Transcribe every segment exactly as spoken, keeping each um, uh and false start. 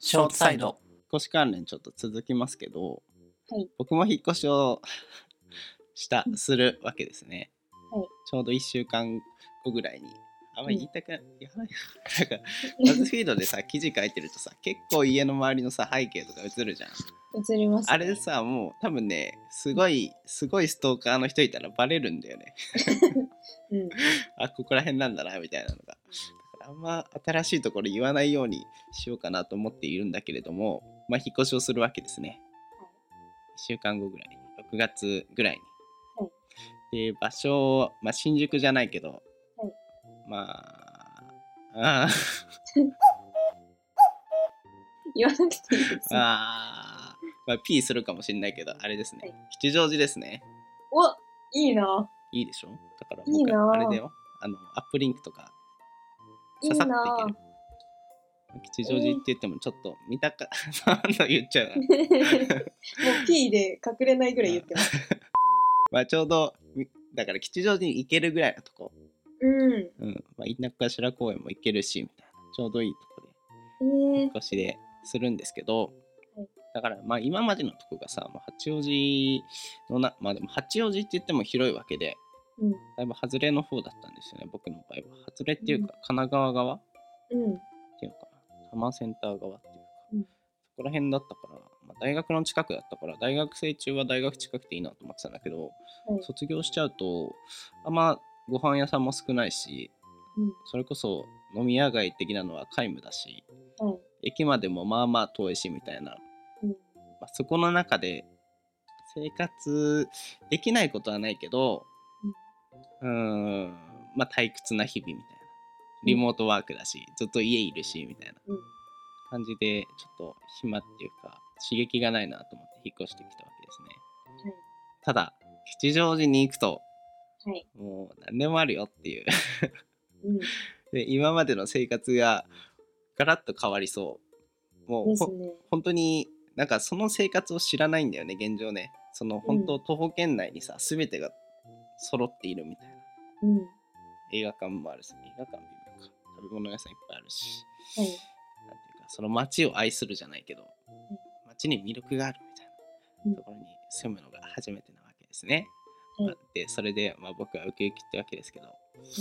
ショートサイド。 引っ越し関連ちょっと続きますけど、 はい、 僕も引っ越しをしたするわけですね、 はい、 ちょうどいっしゅうかんごぐらいに。あんまり言いたくない、うん、やばいなんかバズフィードでさ記事書いてるとさ結構家の周りのさ背景とか映るじゃん。 映ります、ね、 あれさもう多分ねすごいすごいストーカーの人いたらバレるんだよね、うん、あここら辺なんだなみたいなのが。だからあんま新しいところ言わないようにしようかなと思っているんだけれども、まあ引っ越しをするわけですね、はい、いっしゅうかんごぐらいにろくがつぐらいに、はい、で場所、まあ、新宿じゃないけど、はい、まああ言わなくていいです、ね、 あまあ P するかもしれないけどあれですね、はい、吉祥寺ですね。 おいいな。 いいでしょ。だから僕はあれだよ、あのアップリンクとかささっていける。吉祥寺って言ってもちょっと見たか何度言っちゃうなもう P で隠れないぐらい言ってますまあちょうどだから吉祥寺に行けるぐらいのとこ、うん、うん、まあ田舎頭公園も行けるしみたいなちょうどいいとこで引っ越しでするんですけど、えー、だからまあ今までのとこがさ、まあ、八王子のなまあでも八王子って言っても広いわけで、うん、だいぶ外れの方だったんですよね僕の場合は。外れっていうか、うん、神奈川側、うん、っていうかな多摩センター側っていうか、うん、そこら辺だったから、まあ、大学の近くだったから大学生中は大学近くていいなと思ってたんだけど、はい、卒業しちゃうとあんまご飯屋さんも少ないし、うん、それこそ飲み屋街的なのは皆無だし、はい、駅までもまあまあ遠いしみたいな、うんまあ、そこの中で生活できないことはないけど、うん、うーんまあ退屈な日々みたいな。リモートワークだしずっと家いるしみたいな感じでちょっと暇っていうか刺激がないなと思って引っ越してきたわけですね、はい、ただ吉祥寺に行くと、はい、もう何でもあるよっていう、うん、で今までの生活がガラッと変わりそう。もう、ね、本当になんかその生活を知らないんだよね現状ね。その本当徒歩圏内にさ全てが揃っているみたいな、うん、映画館もあるし映画館も食べ物屋さんいっぱいあるし、はい、なんていうかその街を愛するじゃないけど、はい、街に魅力があるみたいなところに住むのが初めてなわけですね、はい、でそれで、まあ、僕はウキウキってわけですけど、はい、はい、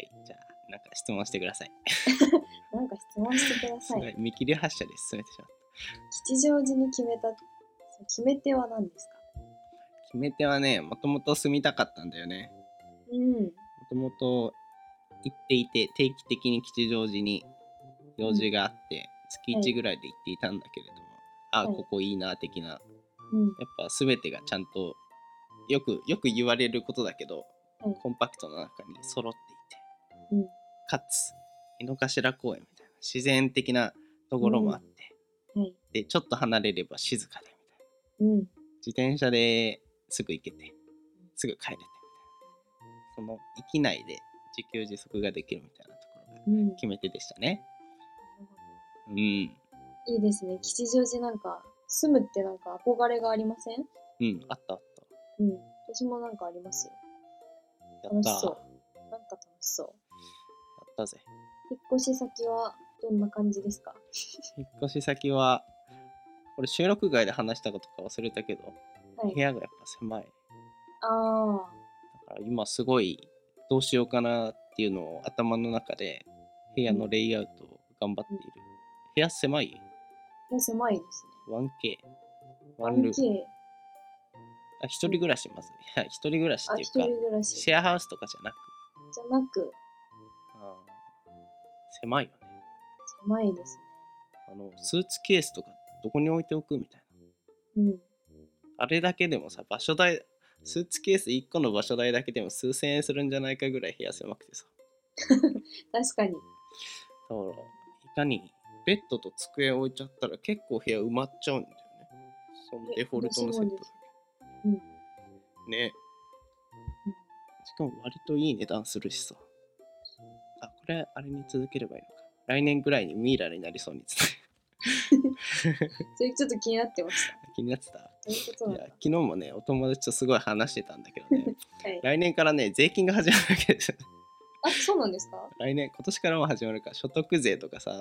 じゃあなんか質問してくださいなんか質問してください見切り発車で進めてしまった。 吉祥寺に決めた決め手は何ですか？ 決め手はねもともと住みたかったんだよね。もともと行っていて定期的に吉祥寺に用事があって、うん、月いちぐらいで行っていたんだけれども、はい、あここいいな的な、うん、やっぱ全てがちゃんとよくよく言われることだけど、はい、コンパクトの中に揃っていて、うん、かつ井の頭公園みたいな自然的なところもあって、うんはい、でちょっと離れれば静かでみたいな、うん、自転車ですぐ行けてすぐ帰れてみたいなその域内で自給自足ができるみたいなところが決め手でしたね、うん、うん、いいですね。吉祥寺なんか住むってなんか憧れがありません？ うんあったあった、 うん、私もなんかありますよ。楽しそうなんか楽しそう。やったぜ。 引っ越し先はどんな感じですか？ 引っ越し先はこれ収録外で話したことか忘れたけど、はい、部屋がやっぱ狭い。あだから今すごいどうしようかなっていうのを頭の中で部屋のレイアウトを頑張っている、うん、部屋狭い？ 部屋狭いですね。 ワンケー ワンルーム。あ一人暮らしまずいや一人暮らしっていうか一人暮らしシェアハウスとかじゃなくじゃなくあ狭いよね。 狭いですね。 あのスーツケースとかどこに置いておくみたいな、うん、あれだけでもさ場所代スーツケースいっこの場所代だけでも数千円するんじゃないかぐらい部屋狭くてさ確かに。だからいかにベッドと机置いちゃったら結構部屋埋まっちゃうんだよね。そのデフォルトのセットだけ、うん、ね、うん、しかも割といい値段するしさ。あこれあれに続ければいいのか。来年ぐらいにミイラになりそうにつってそれちょっと気になってました。 気になってた。 どういうことなんだ。 いや昨日もねお友達とすごい話してたんだけどね、はい、来年からね税金が始まるわけですよ。 あそうなんですか？ 来年今年からも始まるから所得税とかさ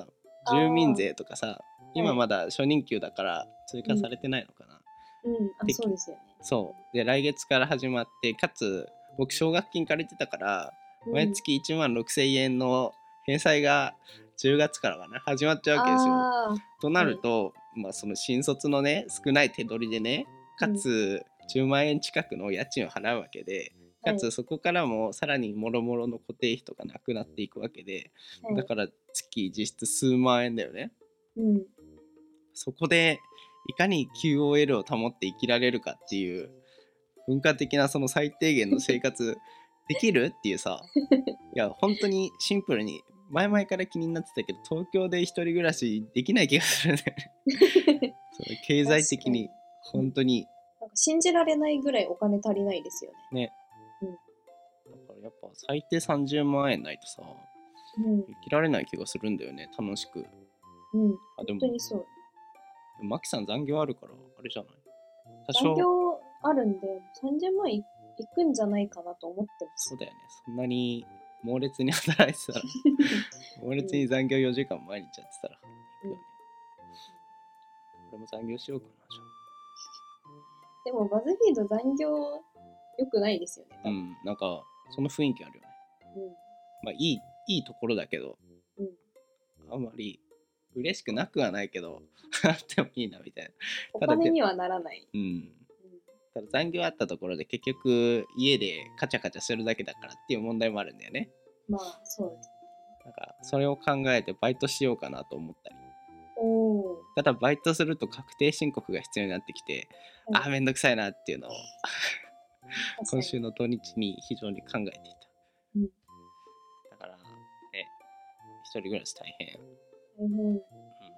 住民税とかさ、今はいまだ初任給だから追加されてないのかな、 うん、あ、 でそうですよね。 そうで来月から始まって、かつ僕奨学金借りてたからうん毎月いちまんろくせんえんの返済がじゅうがつからかな始まっちゃうわけですよ。 ああ、 となると、まあ、その新卒のね少ない手取りでね、かつじゅうまんえん近くの家賃を払うわけで、かはいつそこからもさらにもろもろの固定費とかなくなっていくわけで、 はいだから月実質数万円だよね。 うん、 そこでいかに キューオーエル を保って生きられるかっていう文化的なその最低限の生活できるっていうさ、いや本当にシンプルに前々から気になってたけど、東京で一人暮らしできない気がするんだよねその経済的に本当になんか信じられないぐらいお金足りないですよね。 ね、 うんだからやっぱ最低さんじゅうまんえんないとさうん、 生きられない気がするんだよね、楽しく。 うん、 あでも本当にそう。 でもマキさん残業あるからあれじゃない、多残少業あるんで、さんじゅうまんいいくんじゃないかなと思ってます。 そうだよね、そんなに猛烈に働いてたら猛烈に残業よじかん毎日やってたら行くよね、俺も残業しようかなじゃでもバズフィード残業良くないですよね。 あ。うんなんかその雰囲気あるよね。 うんまあいいいいところだけど、 うんあんまり嬉しくなくはないけどあってもいいなみたいな。 おただで金にはならない。 うんうんただ残業あったところで結局家でカチャカチャするだけだからっていう問題もあるんだよね。 まあそうです。 なんかそれを考えてバイトしようかなと思ったり。 おお。 ただバイトすると確定申告が必要になってきて、 はいあーめんどくさいなっていうのを確かに今週の土日に非常に考えていた。 うんだからね、一人暮らし大変。 大変。 うん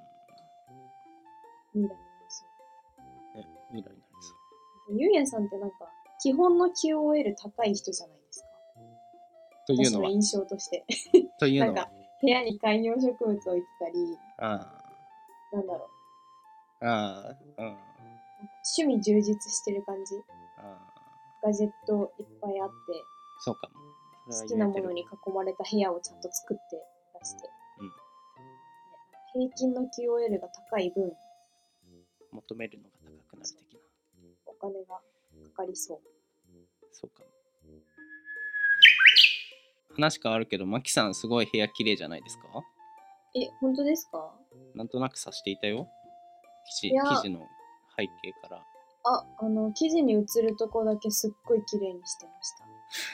未来になりそね、未来になりそう。 う。ゆうやさんってなんか基本の キューオーエル 高い人じゃないですか。 というのは私の印象として。 というのはなんか部屋に観葉植物置いてたり、 あなんだろう。 あああうんなんか趣味充実してる感じ。 あガジェットいっぱいあって、 そうかも。そ好きれは言えてるなものに囲まれた部屋をちゃんと作って出して、 うんね平均の キューオーエル が高い分、 求めるのが高くなる的な。 お金がかかりそう。 そうかも。話変わるけど、マキさんすごい部屋綺麗じゃないですか？ え、本当ですか？ なんとなく察していたよ。記事いや記事の背景から。 あ、あの、記事に映るとこだけすっごい綺麗にしてました。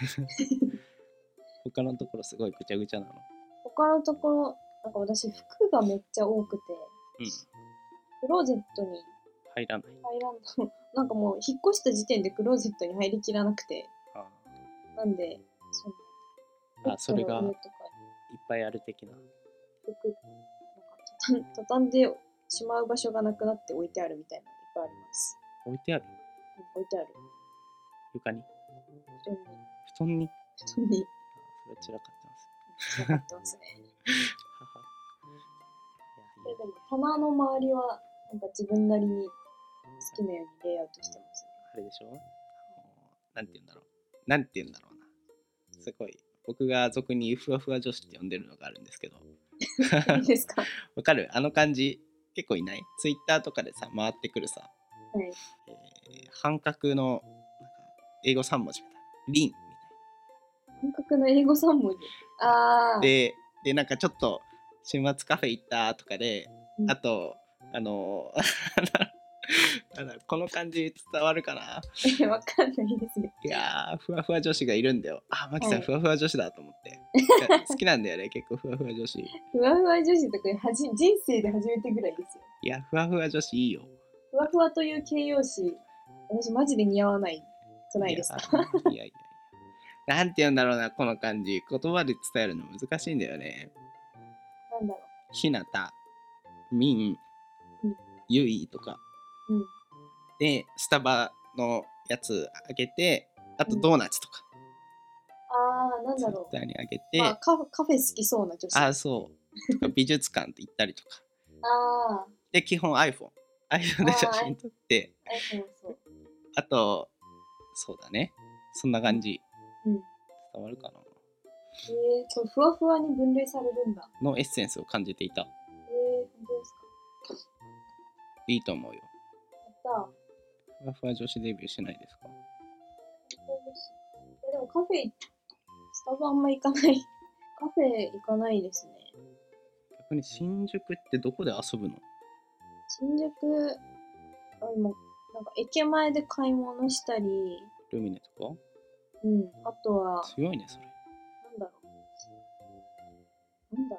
他のところすごいぐちゃぐちゃなの。 他のところ、なんか私服がめっちゃ多くて、 うん。 クローゼットに入らない。 入らんの、なんかもう引っ越した時点でクローゼットに入りきらなくて、 あなんで、その、 あ、それがいっベッドの上とかぱいある的な。 に服、なんか畳ん畳んでしまう場所がなくなって置いてあるみたいなのいっぱいあります。 置いてあるうん置いてある。 床に布団に。 布団に布団に。 それ散らかってます。 かかってますね。 はは。いでやいいも棚の周りはなんか自分なりに好きなようにレイアウトしてますね。 あれでしょ、あのなんて言うんだろう。なんて言うんだろうな。すごい。僕が俗にふわふわ女子って呼んでるのがあるんですけど。 いいですか？はわかる？あの感じ結構いない？ツイッターとかでさ回ってくるさ、 い。 えー半角のなんか英語さん文字みたいなリンみ本格の英語さん文字。ああ。 たいなででなんかちょっと週末カフェ行ったとかで、 うんあとあのなんだろうこの感じ伝わるかな。 え、わかんないですね。 いやーふわふわ女子がいるんだよ。あマキさん、 はいふわふわ女子だと思って好きなんだよね結構ふわふわ女子。 ふわふわ女子とかはじ人生で初めてぐらいですよ。 いやふわふわ女子いいよ。 ふわふわという形容詞、私マジで似合わないくないですか？ いやいやいやなんて言うんだろうなこの感じ、言葉で伝えるの難しいんだよね。 なんだろひなた、みんうん、 ゆいとかう。うん。 でスタバのやつあげて、あとドーナツとか、 ああ、なんツイッだろターにあげう。 て、 まあカフ、カフェ好きそうな女子。 あそうとか美術館って行ったりとかあで基本 iPhone iPhone で写真撮ってあ、iPhone そう。 あとそうだねそんな感じ。 うん。 伝わるかなえー、そう、ふわふわに分類されるんだ。 のエッセンスを感じていた。 えいいと思うよ。 やったー。 ふわふわ女子デビューしないですか？ いやでもカフェ、スタバあんま行かない。カフェ行かないですね。 逆に新宿ってどこで遊ぶの？ 新宿、あの、なんか駅前で買い物したり、 ルミネとか？ うん、あとは、 強いね、それ。 なんだろう。なんだろ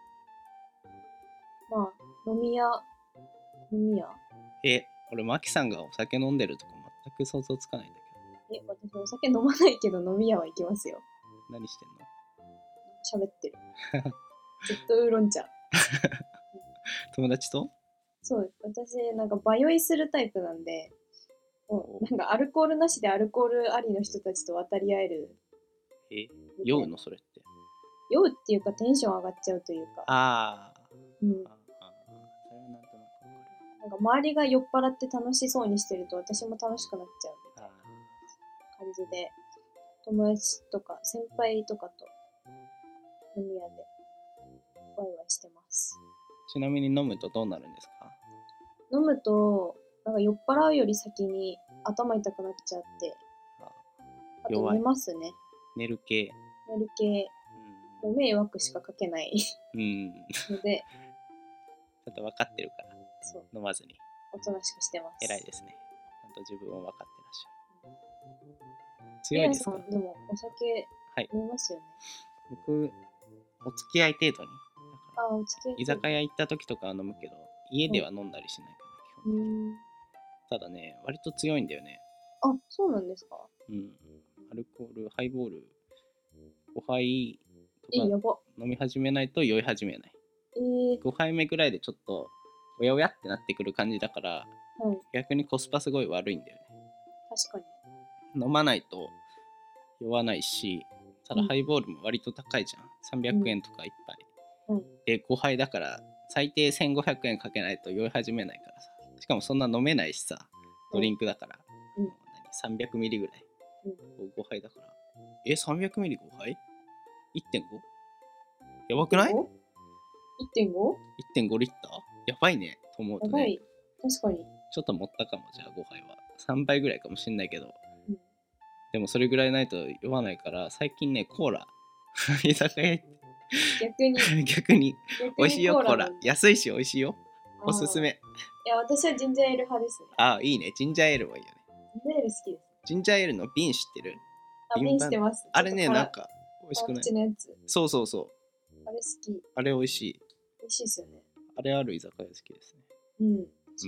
う。まあ、飲み屋、飲み屋え、俺、マキさんがお酒飲んでるとか全く想像つかないんだけえ、私お酒飲まないけど飲み屋は行きますよ。 ど。何してんの？ 喋ってる。ずっとウーロン茶。 友達と？ そう、私、なんか、バ酔いするタイプなんで、もうなんか、アルコールなしでアルコールありの人たちと渡り合える。 え、酔うのそれって？ 酔うっていうか、テンション上がっちゃうというか。 あー、 うん。 ああ、それはなんとなくわかる。 なんか、周りが酔っ払って楽しそうにしてると、私も楽しくなっちゃうみたいな感じで、友達とか、先輩とかと飲み屋で、ワイワイしてます。 ちなみに飲むとどうなるんですか？ 飲むと、なんか酔っ払うより先に頭痛くなっちゃって、 ああと弱い寝ますね。 寝る系。 寝る系、もう迷惑しかかけないうん。うん。 ので、 ちょっと分かってるからそう、 飲まずに。 おとなしくしてます。 偉いですね。ちゃんと自分を分かってらっしゃる。 リア強いですか？ さん、でもお酒はい。 飲みますよね。 僕、お付き合い程度に。だからあ、お付き合い居酒屋行った時とかは飲むけど、家では飲んだりしないかな、基う本的に。 ん。 ただね、割と強いんだよね。 あ、そうなんですか？ うん。アルコール、ハイボールごはいえ、やとかば。 飲み始めないと酔い始めない。 えー、 ごはいめぐらいでちょっとおやおやってなってくる感じだから、 はい、 逆にコスパすごい悪いんだよね。 確かに。 飲まないと酔わないし、ただうんハイボールも割と高いじゃん。さんびゃくえんとかいっぱい。 はい。 で、ごはいだから最低せんごひゃくえんかけないと酔い始めないからさ。しかもそんな飲めないしさ、ドリンクだから。 うん何 さんびゃくミリぐらい。 うんごはいだから。え、さんびゃくミリごはい ?いってんご? やばくない？ いってんご? いってんご リッターやばいねと思うとね。 やばい。確かに。 ちょっと持ったかも、じゃあごはいは。さんばいぐらいかもしんないけど。 うんでもそれぐらいないと酔わないから、最近ね、コーラ。居酒屋行って逆に、 逆に、 逆美味しいよ、コーラなんだ。 安いし美味しいよ。おすすあー。 め。 いや、私はジンジャーエール派ですね。 ああ、いいね。ジンジャーエールもいいよね。 ジンジャーエール好きです。 ジンジャーエールの瓶知ってる？ あ、瓶してます。 あれね、 ちょっとなんか、美味しくない？ 辛口のやつ。 そうそうそう。 あれ好き。 あれ美味しい。 美味しいですよね。 あれある居酒屋好きですね。 うん。 うん。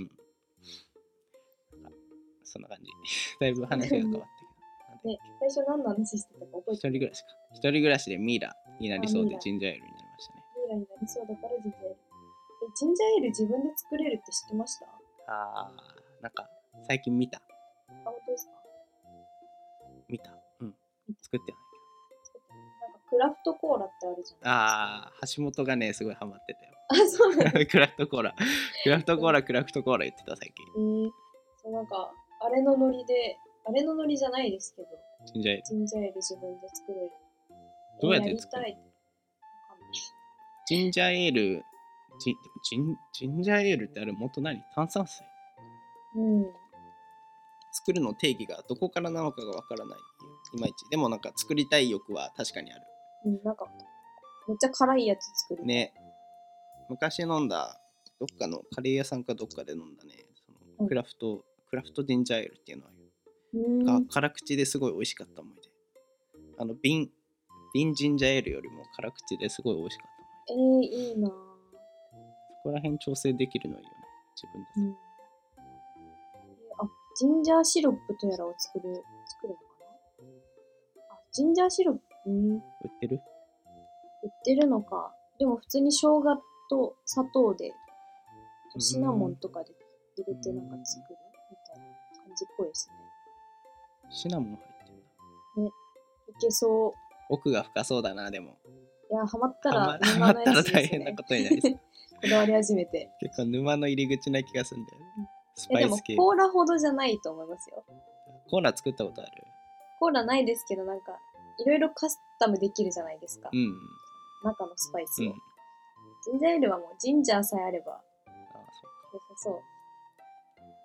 そんな感じ。だいぶ話が変わったけど。 ね、最初何の話してたか覚えてない。 一人暮らしか。一人暮らしでミイラになりそうあミイラでジンジャーエールになりましたね。 ミイラになりそうだからジンジャーエール。え、ジンジャーエール自分で作れるって知ってました？ あー、なんか、最近見た。 あ、本当ですか？ 見た。うん。作ってない作ってないなんかクラフトコーラってあるじゃないですか。 あー、橋本がね、すごいハマってたよ。 あ、そうなんです。 クラフトコーラ。クラフトコーラ、クラフトコーラ言ってた、最近。 えー、そうなんか、あれのノリで、あれのノリじゃないですけど、 ジンジャーエール。 ジンジャーエール自分で作れる。 どうやってり作るの？ たい。わかんない。 ジンジャーエール、ジジンジンジャーエールってあれ元何？炭酸水？ うん。 作るの定義がどこからなのかがわからない。いまいち。でもなんか作りたい欲は確かにある。 うん、なんか、めっちゃ辛いやつ作る。 ね。昔飲んだ、どっかのカレー屋さんかどっかで飲んだね、そのクラフト、クラフトジンジャーエールっていうのは、 うんが辛口ですごい美味しかった思い出。あの瓶、瓶ジンジャーエールよりも辛口ですごい美味しかった思い出。 えー、いいなぁ。 そこら辺調整できるのいいよね、自分で。 うん、あ、ジンジャーシロップとやらを作る、作るのかなあ、ジンジャーシロップ、うん、売売ってる？ ってるのか。でも普通に生姜と砂糖で、シナモンとかで入れてなんか作るみたいな感じっぽいですね。 シナモン入ってんだ。 ね、いけそう。 奥が深そうだな、でも。 いや、ハマったらハマ沼のやつですね。 ハマったら大変なことになりそう。 こだわり始めて。 結構沼の入り口な気がするんだよね。スえ、でもパイス系。 コーラほどじゃないと思いますよ。 コーラ作ったことある？ コーラないですけど、なんか、いろいろカスタムできるじゃないですか。 うん。 中のスパイスを。 うん。 ジンジャーエールはもうジンジャーさえあればああ、そうか。 良さそう。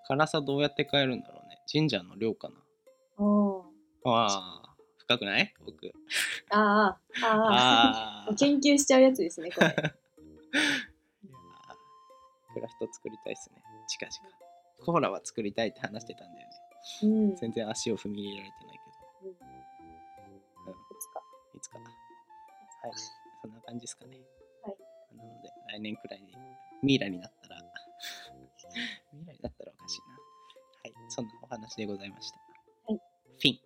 辛さどうやって変えるんだろうね。ジンジャーの量かな。ああ、深くない僕。 ああ、ああ。研究しちゃうやつですね、これ。いやクラフト作りたいっすね。近々。コーラは作りたいって話してたんだよね。うん、全然足を踏み入れられてないけど。うん。うん、いつか。いつか。はい。そんな感じですかね。はい。なので、来年くらいにミイラになったら、ミイラになったらおかしいな。はい。そんなお話でございました。はい。フィン。